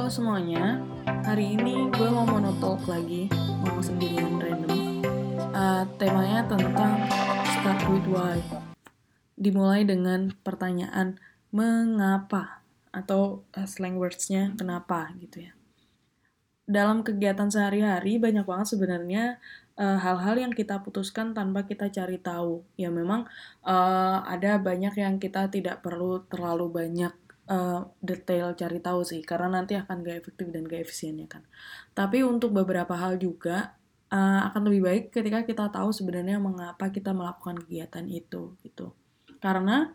Halo semuanya, hari ini gue mau monotalk lagi, ngomong sendirian random. Temanya tentang start with why. Dimulai dengan pertanyaan mengapa atau slang words-nya kenapa gitu ya. Dalam kegiatan sehari-hari banyak banget sebenarnya hal-hal yang kita putuskan tanpa kita cari tahu. Ya memang ada banyak yang kita tidak perlu terlalu banyak detail cari tahu sih, karena nanti akan gak efektif dan gak efisien ya kan. Tapi untuk beberapa hal juga akan lebih baik ketika kita tahu sebenarnya mengapa kita melakukan kegiatan itu gitu. Karena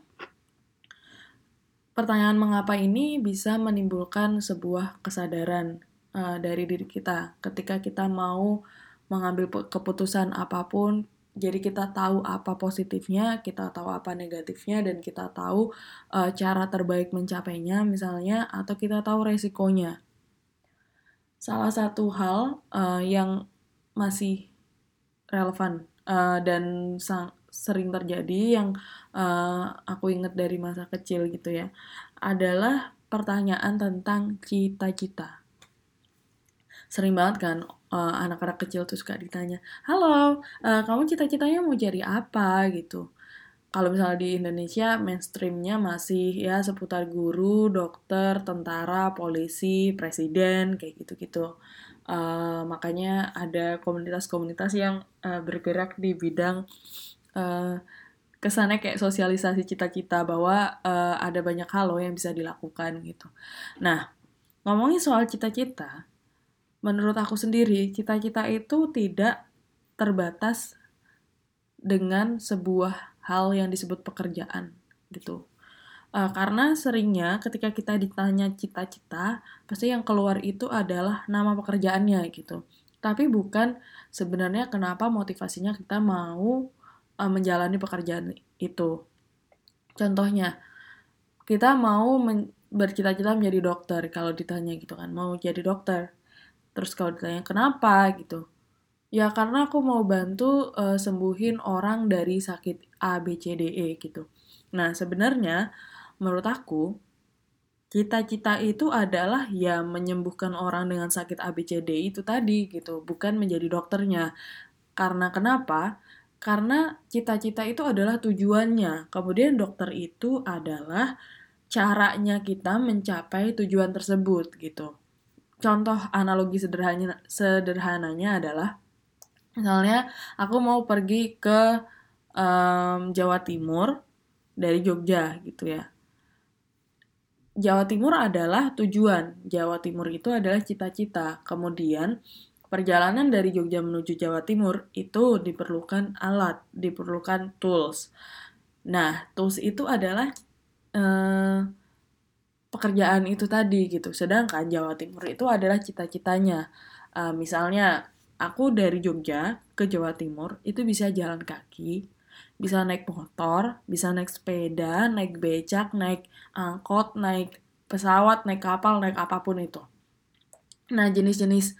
pertanyaan mengapa ini bisa menimbulkan sebuah kesadaran dari diri kita ketika kita mau mengambil keputusan apapun. Jadi kita tahu apa positifnya, kita tahu apa negatifnya, dan kita tahu cara terbaik mencapainya misalnya, atau kita tahu resikonya. Salah satu hal yang masih relevan dan sering terjadi yang aku ingat dari masa kecil gitu ya, adalah pertanyaan tentang cita-cita. Sering banget kan anak-anak kecil tuh suka ditanya, halo, kamu cita-citanya mau jadi apa gitu. Kalau misalnya di Indonesia mainstreamnya masih ya seputar guru, dokter, tentara, polisi, presiden, kayak gitu-gitu. Makanya ada komunitas-komunitas yang bergerak di bidang kesannya kayak sosialisasi cita-cita bahwa ada banyak hal loh yang bisa dilakukan gitu. Nah, ngomongin soal cita-cita, menurut aku sendiri, cita-cita itu tidak terbatas dengan sebuah hal yang disebut pekerjaan gitu. Karena seringnya ketika kita ditanya cita-cita, pasti yang keluar itu adalah nama pekerjaannya gitu. Tapi bukan sebenarnya kenapa motivasinya kita mau menjalani pekerjaan itu. Contohnya, kita mau bercita-cita menjadi dokter, kalau ditanya gitu kan, mau jadi dokter. Terus kalau ditanya kenapa gitu, ya karena aku mau bantu sembuhin orang dari sakit A, B, C, D, E gitu. Nah sebenarnya menurut aku cita-cita itu adalah ya menyembuhkan orang dengan sakit A, B, C, D itu tadi gitu, bukan menjadi dokternya. Karena kenapa? Karena cita-cita itu adalah tujuannya. Kemudian dokter itu adalah caranya kita mencapai tujuan tersebut gitu. Contoh analogi sederhananya adalah, misalnya aku mau pergi ke Jawa Timur dari Jogja gitu ya. Jawa Timur adalah tujuan. Jawa Timur itu adalah cita-cita. Kemudian perjalanan dari Jogja menuju Jawa Timur itu diperlukan alat, diperlukan tools. Nah, tools itu adalah pekerjaan itu tadi gitu. Sedangkan Jawa Timur itu adalah cita-citanya. Misalnya aku dari Jogja ke Jawa Timur itu bisa jalan kaki, bisa naik motor, bisa naik sepeda, naik becak, naik angkot, naik pesawat, naik kapal, naik apapun itu. Nah, jenis-jenis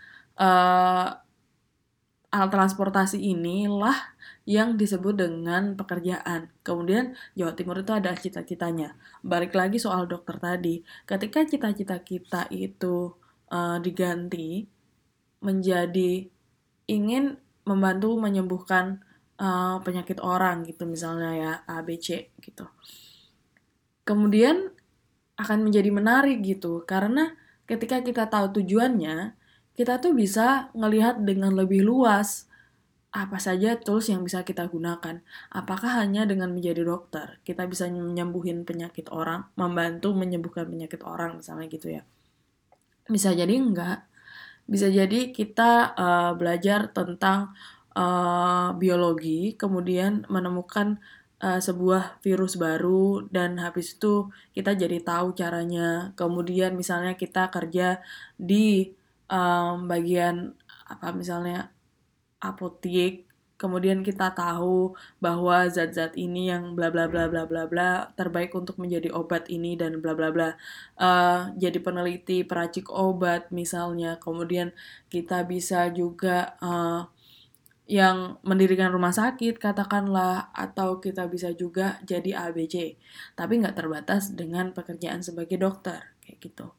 alat transportasi inilah yang disebut dengan pekerjaan. Kemudian Jawa Timur itu ada cita-citanya. Balik lagi soal dokter tadi, ketika cita-cita kita itu diganti menjadi ingin membantu menyembuhkan penyakit orang gitu misalnya ya A, B, C gitu. Kemudian akan menjadi menarik gitu, karena ketika kita tahu tujuannya, kita tuh bisa ngelihat dengan lebih luas apa saja tools yang bisa kita gunakan. Apakah hanya dengan menjadi dokter, kita bisa menyembuhin penyakit orang, membantu menyembuhkan penyakit orang misalnya gitu ya. Bisa jadi enggak. Bisa jadi kita belajar tentang biologi, kemudian menemukan sebuah virus baru, dan habis itu kita jadi tahu caranya. Kemudian misalnya kita kerja di bagian apa misalnya apotek, kemudian kita tahu bahwa zat-zat ini yang bla bla bla bla bla bla terbaik untuk menjadi obat ini dan bla bla bla. Jadi peneliti peracik obat misalnya, kemudian kita bisa juga yang mendirikan rumah sakit katakanlah, atau kita bisa juga jadi ABC, tapi nggak terbatas dengan pekerjaan sebagai dokter kayak gitu.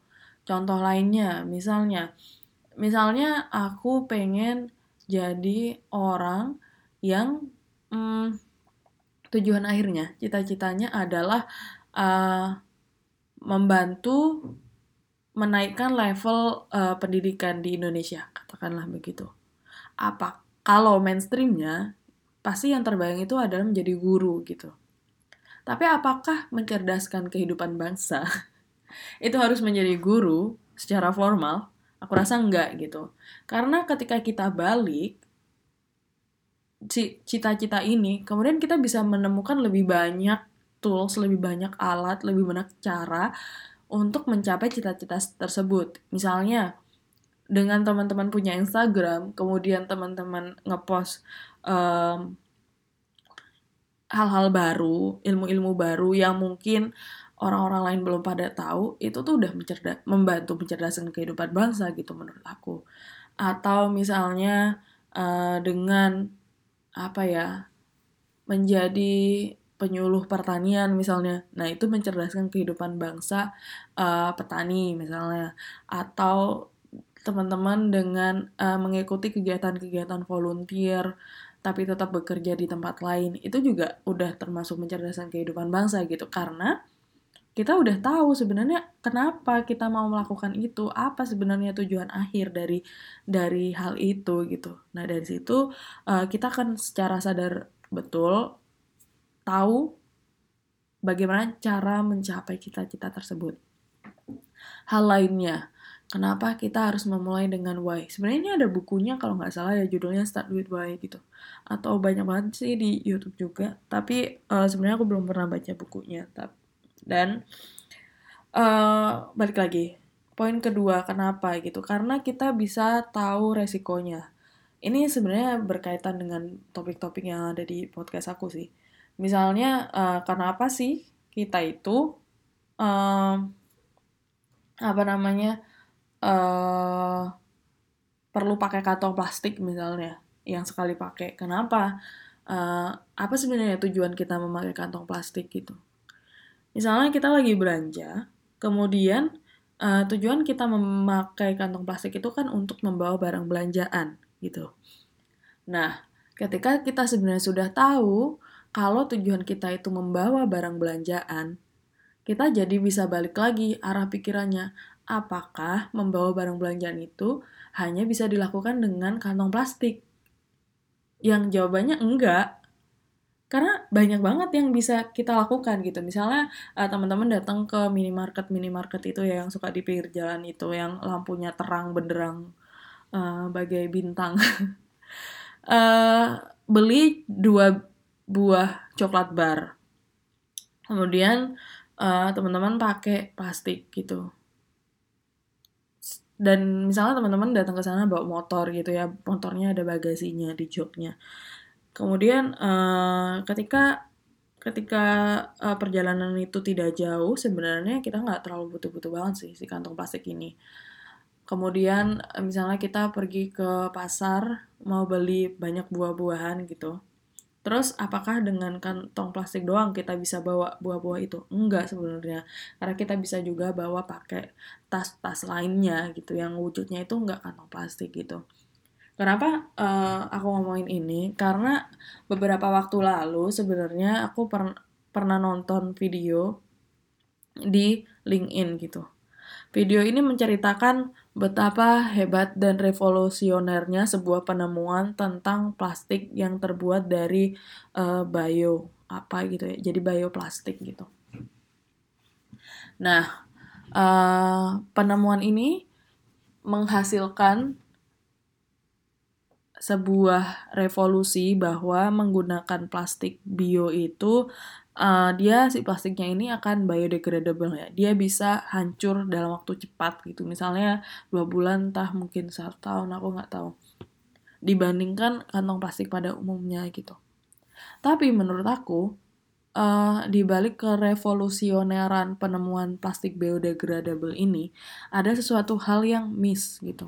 Contoh lainnya, misalnya aku pengen jadi orang yang tujuan akhirnya, cita-citanya adalah uh, membantu menaikkan level pendidikan di Indonesia, katakanlah begitu. Kalau mainstreamnya, pasti yang terbayang itu adalah menjadi guru gitu. Tapi apakah mencerdaskan kehidupan bangsa itu harus menjadi guru secara formal? Aku rasa enggak gitu. Karena ketika kita balik cita-cita ini, kemudian kita bisa menemukan lebih banyak tools, lebih banyak alat, lebih banyak cara untuk mencapai cita-cita tersebut. Misalnya, dengan teman-teman punya Instagram, kemudian teman-teman ngepost hal-hal baru, ilmu-ilmu baru yang mungkin orang-orang lain belum pada tahu, itu tuh udah membantu mencerdaskan kehidupan bangsa gitu menurut aku. Atau misalnya dengan apa ya, menjadi penyuluh pertanian misalnya. Nah, itu mencerdaskan kehidupan bangsa petani misalnya. Atau teman-teman dengan mengikuti kegiatan-kegiatan volunteer tapi tetap bekerja di tempat lain, itu juga udah termasuk mencerdaskan kehidupan bangsa gitu. Karena kita udah tahu sebenarnya kenapa kita mau melakukan itu, apa sebenarnya tujuan akhir dari hal itu gitu. Nah, dari situ kita akan secara sadar betul tahu bagaimana cara mencapai cita-cita tersebut. Hal lainnya, kenapa kita harus memulai dengan why? Sebenarnya ini ada bukunya kalau nggak salah ya, judulnya Start With Why gitu. Atau banyak banget sih di YouTube juga. Tapi sebenarnya aku belum pernah baca bukunya. Dan balik lagi, poin kedua kenapa gitu? Karena kita bisa tahu resikonya. Ini sebenarnya berkaitan dengan topik-topik yang ada di podcast aku sih. Misalnya, kenapa sih kita itu um, apa namanya perlu pakai kantong plastik misalnya yang sekali pakai. Kenapa? Apa sebenarnya tujuan kita memakai kantong plastik gitu? Misalnya kita lagi belanja, kemudian tujuan kita memakai kantong plastik itu kan untuk membawa barang belanjaan gitu. Nah, ketika kita sebenarnya sudah tahu kalau tujuan kita itu membawa barang belanjaan, kita jadi bisa balik lagi arah pikirannya. Apakah membawa barang belanjaan itu hanya bisa dilakukan dengan kantong plastik? Yang jawabannya enggak. Karena banyak banget yang bisa kita lakukan gitu. Misalnya teman-teman datang ke minimarket itu ya yang suka di pinggir jalan itu yang lampunya terang benderang bagai bintang. Beli 2 buah coklat bar. Kemudian teman-teman pakai plastik gitu. Dan misalnya teman-teman datang ke sana bawa motor gitu ya, motornya ada bagasinya di joknya. Kemudian ketika perjalanan itu tidak jauh, sebenarnya kita nggak terlalu butuh-butuh banget sih si kantong plastik ini. Kemudian misalnya kita pergi ke pasar mau beli banyak buah-buahan gitu. Terus apakah dengan kantong plastik doang kita bisa bawa buah-buah itu? Enggak sebenarnya. Karena kita bisa juga bawa pakai tas-tas lainnya gitu yang wujudnya itu enggak kantong plastik gitu. Kenapa aku ngomongin ini? Karena beberapa waktu lalu sebenarnya aku pernah nonton video di LinkedIn gitu. Video ini menceritakan betapa hebat dan revolusionernya sebuah penemuan tentang plastik yang terbuat dari bio apa gitu ya. Jadi bioplastik gitu. Nah, penemuan ini menghasilkan sebuah revolusi bahwa menggunakan plastik bio itu si plastiknya ini akan biodegradable ya. Dia bisa hancur dalam waktu cepat gitu. Misalnya 2 bulan, entah mungkin 1 tahun, aku nggak tahu. Dibandingkan kantong plastik pada umumnya gitu. Tapi menurut aku, di balik kerevolusioneran penemuan plastik biodegradable ini, ada sesuatu hal yang miss gitu.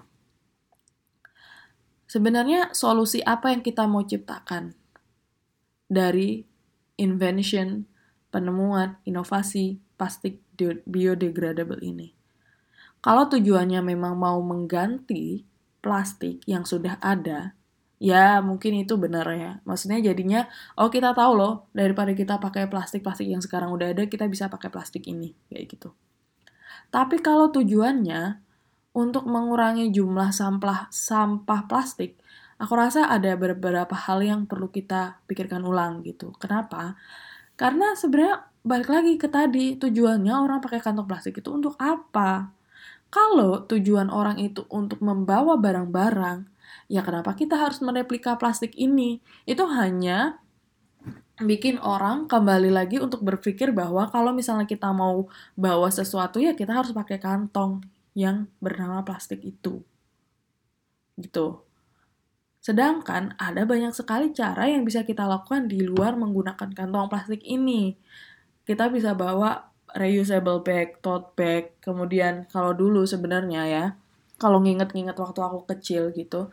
Sebenarnya solusi apa yang kita mau ciptakan dari invention, penemuan, inovasi plastik biodegradable ini? Kalau tujuannya memang mau mengganti plastik yang sudah ada, ya mungkin itu benar ya. Maksudnya jadinya, oh kita tahu loh, daripada kita pakai plastik-plastik yang sekarang udah ada, kita bisa pakai plastik ini, kayak gitu. Tapi kalau tujuannya untuk mengurangi jumlah sampah plastik, aku rasa ada beberapa hal yang perlu kita pikirkan ulang gitu. Kenapa? Karena sebenarnya balik lagi ke tadi, tujuannya orang pakai kantong plastik itu untuk apa? Kalau tujuan orang itu untuk membawa barang-barang, ya kenapa kita harus mereplika plastik ini? Itu hanya bikin orang kembali lagi untuk berpikir bahwa kalau misalnya kita mau bawa sesuatu ya kita harus pakai kantong yang bernama plastik itu. Gitu. Sedangkan ada banyak sekali cara yang bisa kita lakukan di luar menggunakan kantong plastik ini. Kita bisa bawa reusable bag, tote bag, kemudian kalau dulu sebenarnya ya, kalau nginget-nginget waktu aku kecil gitu,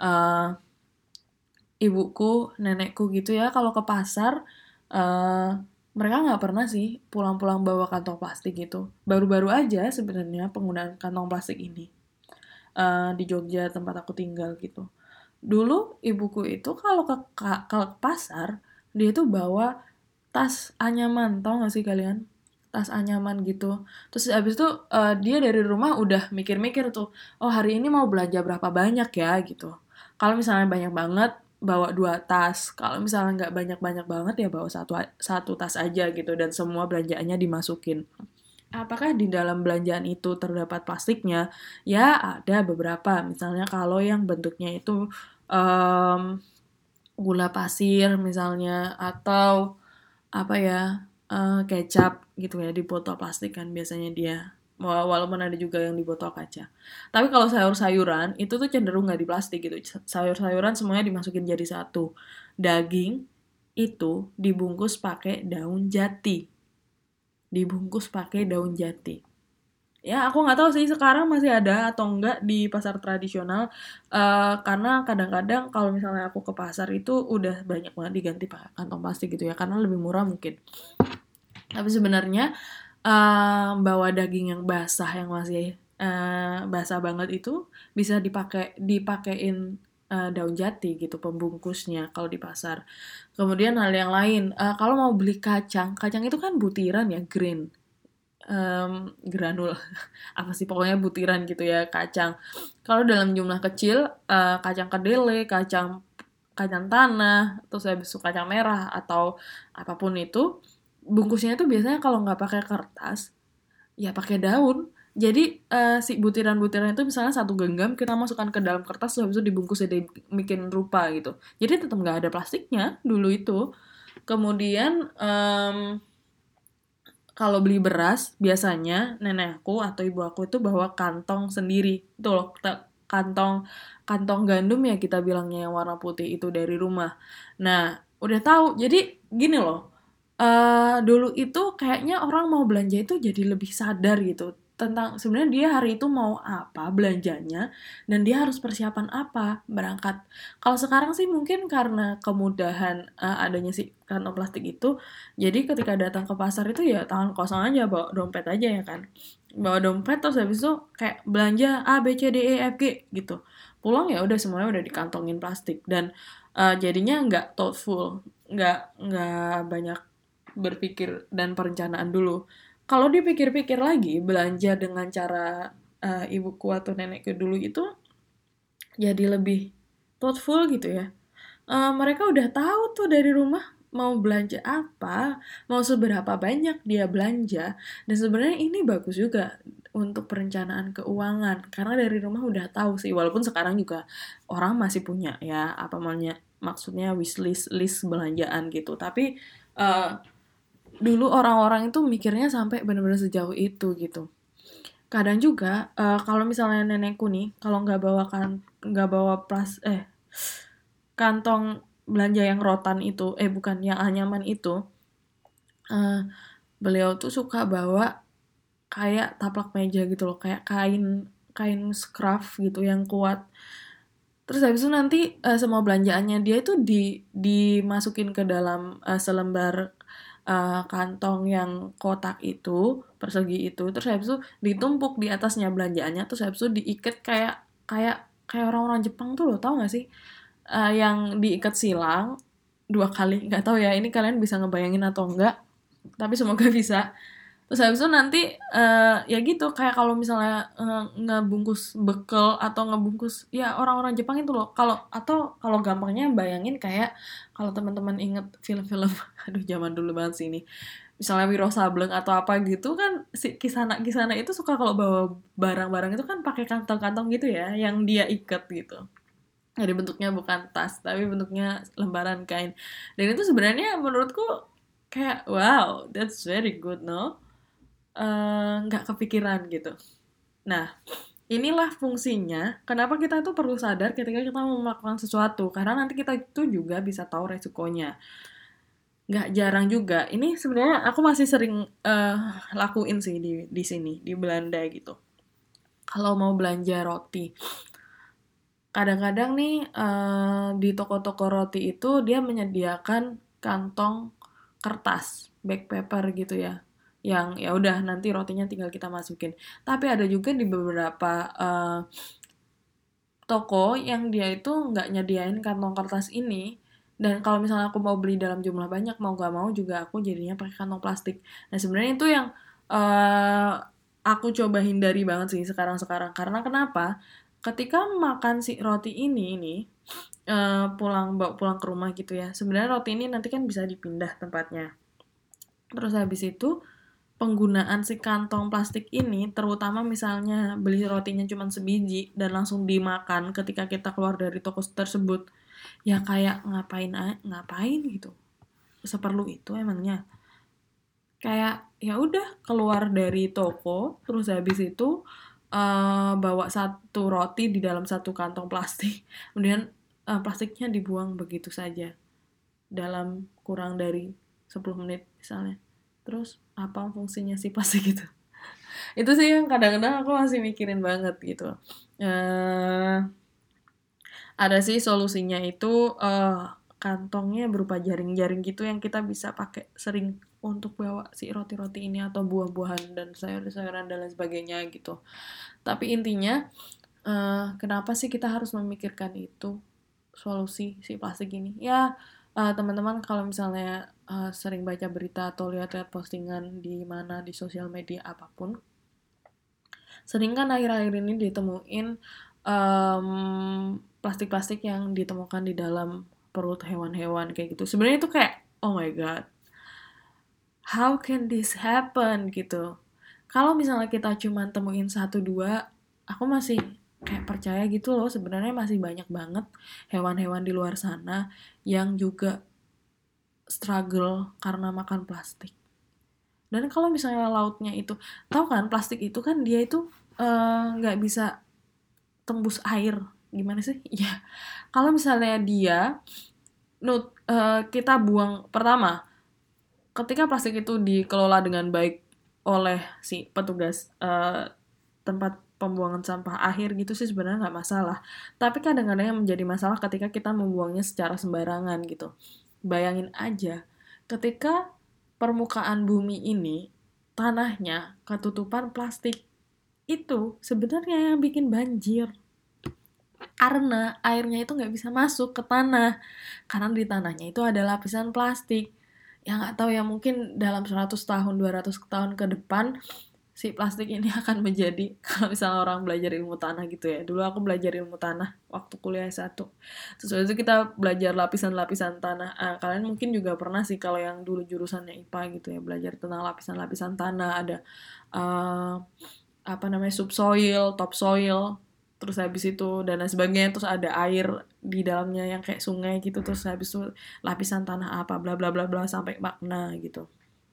ibuku, nenekku gitu ya, kalau ke pasar, mereka nggak pernah sih pulang-pulang bawa kantong plastik gitu. Baru-baru aja sebenarnya penggunaan kantong plastik ini di Jogja tempat aku tinggal gitu. Dulu ibuku itu kalau ke pasar, dia tuh bawa tas anyaman, tau gak sih kalian? Tas anyaman gitu. Terus abis itu dia dari rumah udah mikir-mikir tuh, oh hari ini mau belanja berapa banyak ya gitu. Kalau misalnya banyak banget, bawa 2 tas. Kalau misalnya nggak banyak-banyak banget ya bawa satu tas aja gitu. Dan semua belanjaannya dimasukin. Apakah di dalam belanjaan itu terdapat plastiknya? Ya ada beberapa. Misalnya kalau yang bentuknya itu um, gula pasir misalnya atau apa ya kecap gitu ya di botol plastik kan biasanya dia walaupun ada juga yang di botol kaca. Tapi kalau sayur-sayuran itu tuh cenderung nggak di plastik gitu. Sayur-sayuran semuanya dimasukin jadi satu. Daging itu dibungkus pakai daun jati. Dibungkus pakai daun jati. Ya, aku nggak tahu sih sekarang masih ada atau enggak di pasar tradisional. Karena kadang-kadang kalau misalnya aku ke pasar itu udah banyak banget diganti pakai kantong plastik gitu ya, karena lebih murah mungkin. Tapi sebenarnya bawa daging yang basah yang masih basah banget itu bisa dipakein daun jati gitu pembungkusnya kalau di pasar. Kemudian hal yang lain, kalau mau beli kacang, kacang itu kan butiran ya, green granul apa sih pokoknya butiran gitu ya kacang. Kalau dalam jumlah kecil kacang kedelai, kacang kacang tanah, terus habis itu kacang merah atau apapun itu bungkusnya itu biasanya kalau nggak pakai kertas ya pakai daun. Jadi si butiran-butiran itu misalnya satu genggam kita masukkan ke dalam kertas terus habis itu dibungkus jadi bikin rupa gitu. Jadi tetap nggak ada plastiknya dulu itu. Kemudian kalau beli beras, biasanya nenek aku atau ibu aku itu bawa kantong sendiri. Itu loh, kantong kantong gandum ya kita bilangnya yang warna putih itu dari rumah. Nah, udah tahu. Jadi gini loh, dulu itu kayaknya orang mau belanja itu jadi lebih sadar gitu tentang sebenarnya dia hari itu mau apa belanjanya dan dia harus persiapan apa berangkat. Kalau sekarang sih mungkin karena kemudahan adanya si kantong plastik itu, jadi ketika datang ke pasar itu ya tangan kosong aja bawa dompet aja ya kan. Bawa dompet terus habis itu kayak belanja A B C D E F G gitu. Pulang ya udah semuanya udah dikantongin plastik dan jadinya nggak thoughtful, nggak banyak berpikir dan perencanaan dulu. Kalau dipikir-pikir lagi, belanja dengan cara ibuku atau nenekku dulu itu jadi lebih thoughtful gitu ya. Mereka udah tahu tuh dari rumah mau belanja apa, mau seberapa banyak dia belanja, dan sebenarnya ini bagus juga untuk perencanaan keuangan karena dari rumah udah tahu sih walaupun sekarang juga orang masih punya ya apa namanya maksudnya list belanjaan gitu tapi uh, dulu orang-orang itu mikirnya sampai benar-benar sejauh itu gitu. Kadang juga kalau misalnya nenekku nih, kalau nggak bawa kantong belanja yang rotan itu, bukan yang anyaman itu, uh, beliau tuh suka bawa kayak taplak meja gitu loh, kayak kain kain scruf gitu yang kuat. Terus habis itu nanti semua belanjaannya dia itu dimasukin ke dalam selembar kantong yang kotak itu, persegi itu, terus habis itu ditumpuk di atasnya belanjaannya, terus habis itu diikat kayak kayak kayak orang-orang Jepang tuh, lo tau gak sih? Yang diikat silang 2 kali, nggak tahu ya ini kalian bisa ngebayangin atau enggak, tapi semoga bisa. Terus habis itu nanti ya gitu, kayak kalau misalnya ngebungkus bekel atau ngebungkus ya orang-orang Jepang itu loh. Kalau gampangnya bayangin kayak kalau teman-teman inget film-film aduh zaman dulu banget sih ini. Misalnya Wiro Sableng atau apa gitu kan, si Kisana itu suka kalau bawa barang-barang itu kan pakai kantong-kantong gitu ya yang dia ikat gitu. Jadi bentuknya bukan tas, tapi bentuknya lembaran kain. Dan itu sebenarnya menurutku kayak wow, that's very good, no? Nggak kepikiran gitu. Nah, inilah fungsinya kenapa kita itu perlu sadar ketika kita mau melakukan sesuatu, karena nanti kita itu juga bisa tahu resikonya. Nggak jarang juga. Ini sebenarnya aku masih sering lakuin sih di sini di Belanda gitu. Kalau mau belanja roti, kadang-kadang nih di toko-toko roti itu dia menyediakan kantong kertas, bag paper gitu ya. Yang ya udah nanti rotinya tinggal kita masukin. Tapi ada juga di beberapa toko yang dia itu nggak nyediain kantong kertas ini. Dan kalau misalnya aku mau beli dalam jumlah banyak, mau gak mau juga aku jadinya pakai kantong plastik. Nah sebenarnya itu yang uh, aku coba hindari banget sih sekarang-sekarang. Karena kenapa? Ketika makan si roti ini nih, bawa pulang ke rumah gitu ya. Sebenarnya roti ini nanti kan bisa dipindah tempatnya. Terus habis itu penggunaan si kantong plastik ini, terutama misalnya beli rotinya cuma sebiji dan langsung dimakan ketika kita keluar dari toko tersebut, ya kayak ngapain gitu. Seperlu itu emangnya. Kayak ya udah keluar dari toko, terus habis itu bawa satu roti di dalam satu kantong plastik, kemudian plastiknya dibuang begitu saja dalam kurang dari 10 menit misalnya. Terus apa fungsinya si plastik itu? Itu sih yang kadang-kadang aku masih mikirin banget gitu. Eh ada sih solusinya itu kantongnya berupa jaring-jaring gitu yang kita bisa pakai sering untuk bawa si roti-roti ini atau buah-buahan dan sayur-sayuran dan lain sebagainya gitu. Tapi intinya kenapa sih kita harus memikirkan itu solusi si plastik ini? Ya teman-teman kalau misalnya sering baca berita atau lihat-lihat postingan di mana di sosial media apapun, sering kan akhir-akhir ini ditemuin plastik-plastik yang ditemukan di dalam perut hewan-hewan kayak gitu. Sebenarnya itu kayak oh my god, how can this happen gitu. Kalau misalnya kita cuma temuin 1-2, aku masih kayak percaya gitu loh, sebenarnya masih banyak banget hewan-hewan di luar sana yang juga struggle karena makan plastik. Dan kalau misalnya lautnya itu, tahu kan plastik itu kan dia itu nggak bisa tembus air, gimana sih? Ya, kalau misalnya dia kita buang pertama, ketika plastik itu dikelola dengan baik oleh si petugas tempat pembuangan sampah akhir gitu sih sebenarnya nggak masalah. Tapi kadang-kadang yang menjadi masalah ketika kita membuangnya secara sembarangan gitu. Bayangin aja, ketika permukaan bumi ini tanahnya ketutupan plastik, itu sebenarnya yang bikin banjir. Karena airnya itu nggak bisa masuk ke tanah. Karena di tanahnya itu ada lapisan plastik. Ya nggak tahu ya, mungkin dalam 100 tahun, 200 tahun ke depan, si plastik ini akan menjadi, kalau misalnya orang belajar ilmu tanah gitu ya. Dulu aku belajar ilmu tanah waktu kuliah S1. Terus itu kita belajar lapisan-lapisan tanah. Kalian mungkin juga pernah sih kalau yang dulu jurusannya IPA gitu ya, belajar tentang lapisan-lapisan tanah. Ada uh, apa namanya, subsoil, topsoil, terus habis itu dan lain sebagainya, terus ada air di dalamnya yang kayak sungai gitu, terus habis itu lapisan tanah apa bla bla bla bla sampai makna gitu.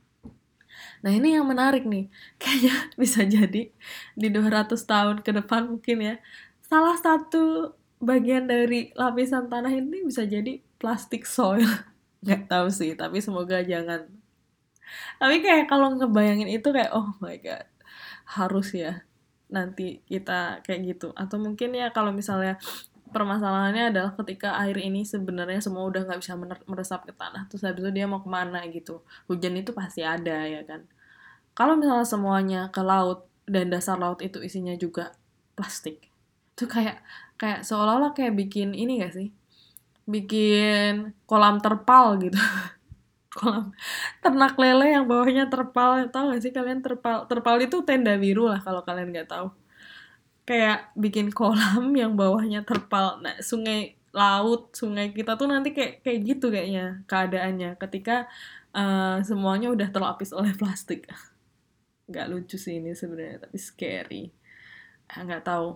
Nah ini yang menarik nih, kayaknya bisa jadi di 200 tahun ke depan mungkin ya, salah satu bagian dari lapisan tanah ini bisa jadi plastic soil. Nggak tahu sih, tapi semoga jangan. Tapi kayak kalau ngebayangin itu kayak oh my god, harus ya nanti kita kayak gitu. Atau mungkin ya kalau misalnya permasalahannya adalah ketika air ini sebenarnya semua udah nggak bisa meresap ke tanah, terus habis itu dia mau kemana gitu. Hujan itu pasti ada ya kan. Kalau misalnya semuanya ke laut dan dasar laut itu isinya juga plastik, itu kayak kayak seolah-olah kayak bikin ini gak sih? Bikin kolam terpal gitu. Kolam ternak lele yang bawahnya terpal. Tahu gak sih kalian terpal? Terpal itu tenda biru lah kalau kalian nggak tahu. Kayak bikin kolam yang bawahnya terpal. Nah, sungai laut, sungai kita tuh nanti kayak kayak gitu kayaknya keadaannya ketika semuanya udah terlapis oleh plastik. Nggak lucu sih ini sebenarnya, tapi scary. Nggak tahu.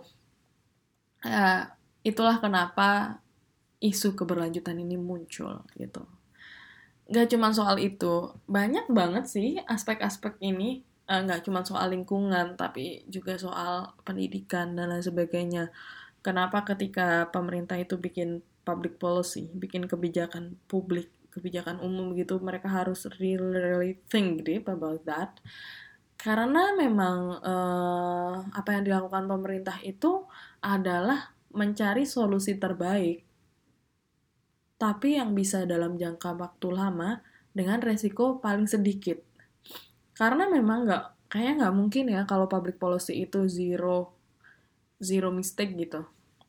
Uh, itulah kenapa isu keberlanjutan ini muncul gitu. Nggak cuma soal itu, banyak banget sih aspek-aspek ini. Nggak cuma soal lingkungan, tapi juga soal pendidikan dan lain sebagainya. Kenapa ketika pemerintah itu bikin public policy, bikin kebijakan publik, kebijakan umum gitu, mereka harus really think deep about that. Karena memang apa yang dilakukan pemerintah itu adalah mencari solusi terbaik, tapi yang bisa dalam jangka waktu lama dengan resiko paling sedikit. Karena memang kayaknya nggak mungkin ya kalau public policy itu zero mistake gitu.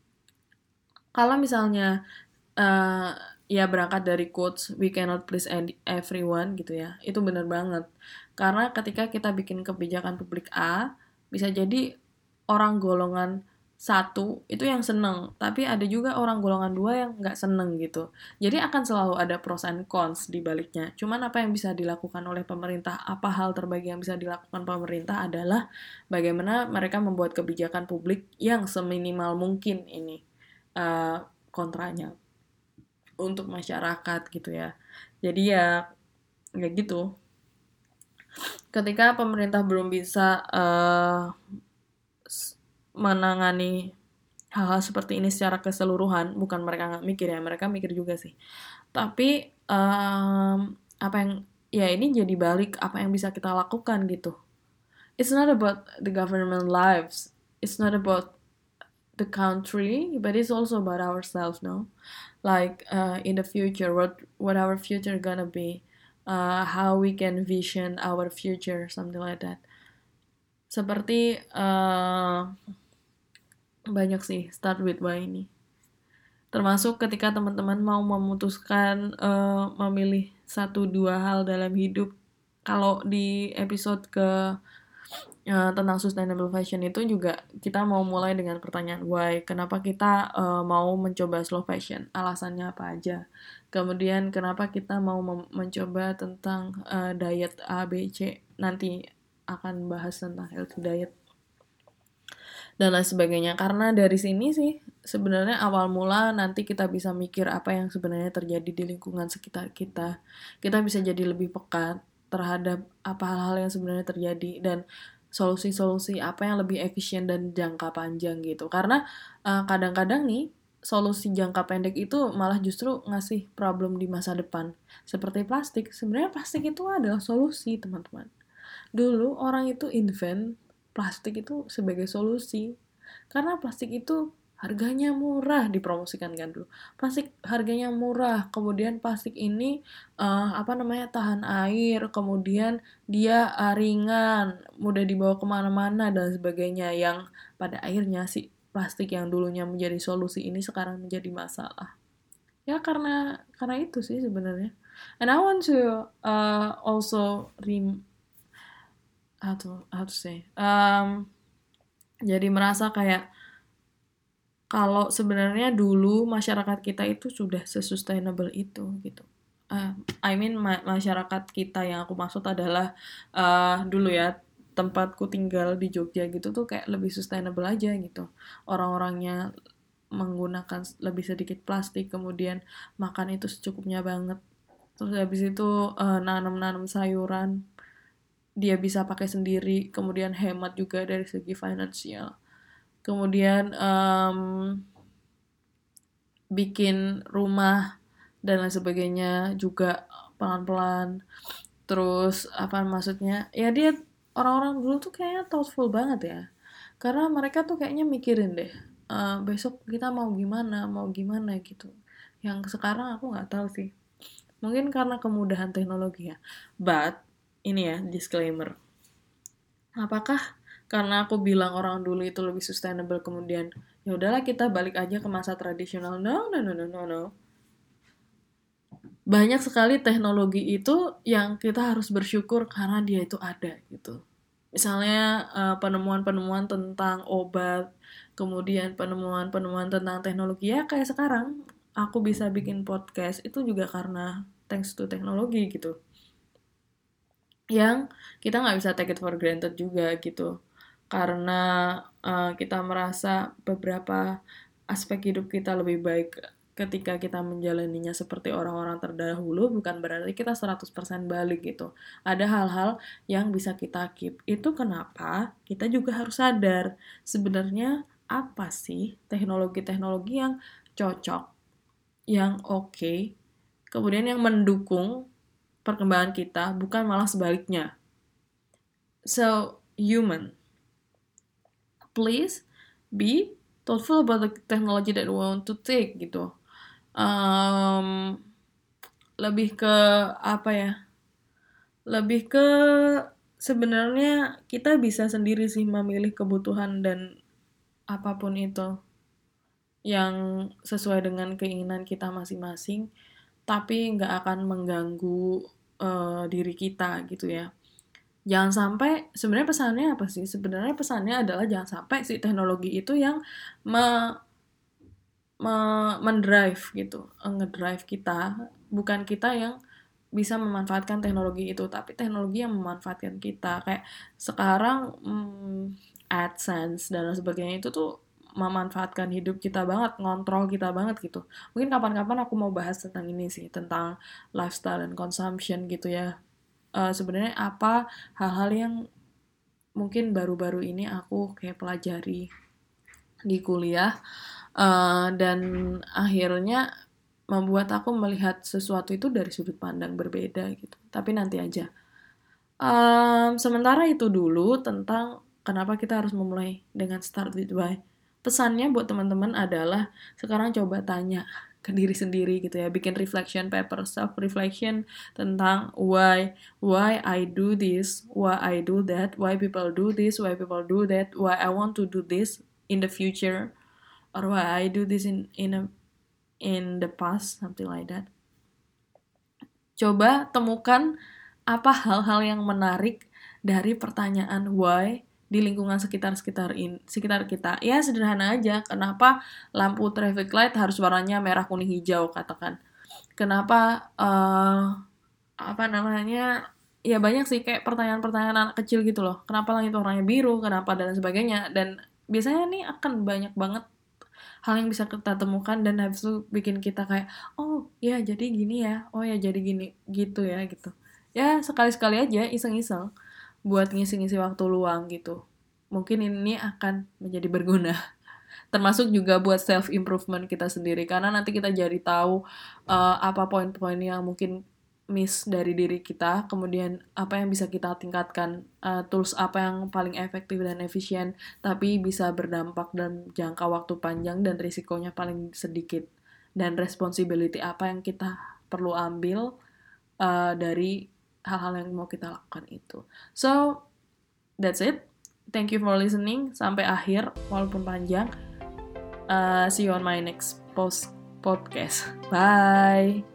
Kalau misalnya uh, ya berangkat dari quotes we cannot please everyone gitu ya, itu benar banget. Karena ketika kita bikin kebijakan publik A, bisa jadi orang golongan satu itu yang seneng, tapi ada juga orang golongan dua yang nggak seneng gitu. Jadi akan selalu ada pros and cons di baliknya. Cuman apa yang bisa dilakukan oleh pemerintah, apa hal terbaik yang bisa dilakukan pemerintah adalah bagaimana mereka membuat kebijakan publik yang seminimal mungkin ini kontranya untuk masyarakat gitu ya. Jadi ya kayak gitu. Ketika pemerintah belum bisa menangani hal-hal seperti ini secara keseluruhan, bukan mereka nggak mikir ya, mereka mikir juga sih. Tapi apa yang ya ini jadi balik apa yang bisa kita lakukan gitu. It's not about the government lives. It's not about the country, but it's also about ourselves, no? Like in the future, what our future gonna be, how we can vision our future, something like that. Seperti banyak sih start with why ini. Termasuk ketika teman-teman mau memutuskan memilih satu dua hal dalam hidup. Kalau di episode tentang sustainable fashion itu juga kita mau mulai dengan pertanyaan why, kenapa kita mau mencoba slow fashion, alasannya apa aja. Kemudian kenapa kita mau mencoba tentang diet A, B, C, nanti akan bahas tentang healthy diet dan lain sebagainya. Karena dari sini sih sebenarnya awal mula nanti kita bisa mikir apa yang sebenarnya terjadi di lingkungan sekitar kita. Kita bisa jadi lebih peka terhadap apa hal-hal yang sebenarnya terjadi dan solusi-solusi apa yang lebih efisien dan jangka panjang gitu. Karena kadang-kadang nih solusi jangka pendek itu malah justru ngasih problem di masa depan. Seperti plastik, sebenarnya plastik itu adalah solusi, teman-teman. Dulu orang itu invent plastik itu sebagai solusi. Karena plastik itu harganya murah dipromosikan kan dulu. Plastik harganya murah, kemudian plastik ini tahan air, kemudian dia ringan, mudah dibawa kemana-mana dan sebagainya. Yang pada akhirnya sih plastik yang dulunya menjadi solusi ini sekarang menjadi masalah. Ya karena itu sih sebenarnya. And I want to also how to say jadi merasa kayak kalau sebenarnya dulu masyarakat kita itu sudah sesustainable itu gitu. I mean masyarakat kita yang aku maksud adalah dulu ya tempatku tinggal di Jogja gitu tuh kayak lebih sustainable aja gitu. Orang-orangnya menggunakan lebih sedikit plastik, kemudian makan itu secukupnya banget. Terus habis itu nanam-nanam sayuran, dia bisa pakai sendiri, kemudian hemat juga dari segi finansial. Kemudian bikin rumah dan lain sebagainya juga pelan-pelan. Terus apa maksudnya? Ya dia orang-orang dulu tuh kayaknya thoughtful banget ya. Karena mereka tuh kayaknya mikirin deh besok kita mau gimana gitu. Yang sekarang aku nggak tahu sih. Mungkin karena kemudahan teknologi ya. But ini ya disclaimer. Apakah karena aku bilang orang dulu itu lebih sustainable kemudian ya udahlah kita balik aja ke masa tradisional? No. Banyak sekali teknologi itu yang kita harus bersyukur karena dia itu ada gitu. Misalnya penemuan-penemuan tentang obat, kemudian penemuan-penemuan tentang teknologi ya kayak sekarang aku bisa bikin podcast itu juga karena thanks to teknologi gitu. Yang kita nggak bisa take it for granted juga gitu. Karena kita merasa beberapa aspek hidup kita lebih baik ketika kita menjalaninya seperti orang-orang terdahulu, bukan berarti kita 100% balik gitu. Ada hal-hal yang bisa kita keep. Itu kenapa kita juga harus sadar sebenarnya apa sih teknologi-teknologi yang cocok, yang oke, kemudian yang mendukung perkembangan kita, bukan malah sebaliknya. So, human, please be thoughtful about the technology that you want to take gitu. Lebih ke apa ya? Lebih ke sebenarnya kita bisa sendiri sih memilih kebutuhan dan apapun itu yang sesuai dengan keinginan kita masing-masing, tapi nggak akan mengganggu diri kita gitu ya. Jangan sampai, sebenarnya pesannya apa sih? Sebenarnya pesannya adalah jangan sampai si teknologi itu yang mendrive gitu, ngedrive kita, bukan kita yang bisa memanfaatkan teknologi itu, tapi teknologi yang memanfaatkan kita. Kayak sekarang AdSense dan lain sebagainya itu tuh memanfaatkan hidup kita banget, ngontrol kita banget gitu. Mungkin kapan-kapan aku mau bahas tentang ini sih, tentang lifestyle and consumption gitu ya. Sebenarnya apa hal-hal yang mungkin baru-baru ini aku kayak pelajari di kuliah, dan akhirnya membuat aku melihat sesuatu itu dari sudut pandang berbeda gitu. Tapi nanti aja. Sementara itu dulu tentang kenapa kita harus memulai dengan start with why. Pesannya buat teman-teman adalah sekarang coba tanya ke diri sendiri gitu ya, bikin reflection paper, self reflection tentang why I do this, why I do that, why people do this, why people do that, why I want to do this in the future, or why I do this in the past, something like that. Coba temukan apa hal-hal yang menarik dari pertanyaan why di lingkungan sekitar kita. Ya sederhana aja, kenapa lampu traffic light harus warnanya merah, kuning, hijau katakan. Kenapa ya banyak sih kayak pertanyaan-pertanyaan anak kecil gitu loh. Kenapa langit warnanya biru, kenapa dan sebagainya. Dan biasanya nih akan banyak banget hal yang bisa kita temukan dan habis itu bikin kita kayak oh ya jadi gini ya, oh ya jadi gini gitu ya gitu. Ya sekali-sekali aja iseng-iseng buat ngisi-ngisi waktu luang gitu. Mungkin ini akan menjadi berguna. Termasuk juga buat self improvement kita sendiri karena nanti kita jadi tahu apa poin-poin yang mungkin miss dari diri kita, kemudian apa yang bisa kita tingkatkan, tools apa yang paling efektif dan efisien tapi bisa berdampak dalam jangka waktu panjang dan risikonya paling sedikit, dan responsibility apa yang kita perlu ambil dari hal-hal yang mau kita lakukan itu. So that's it. Thank you for listening sampai akhir walaupun panjang. See you on my next podcast. Bye.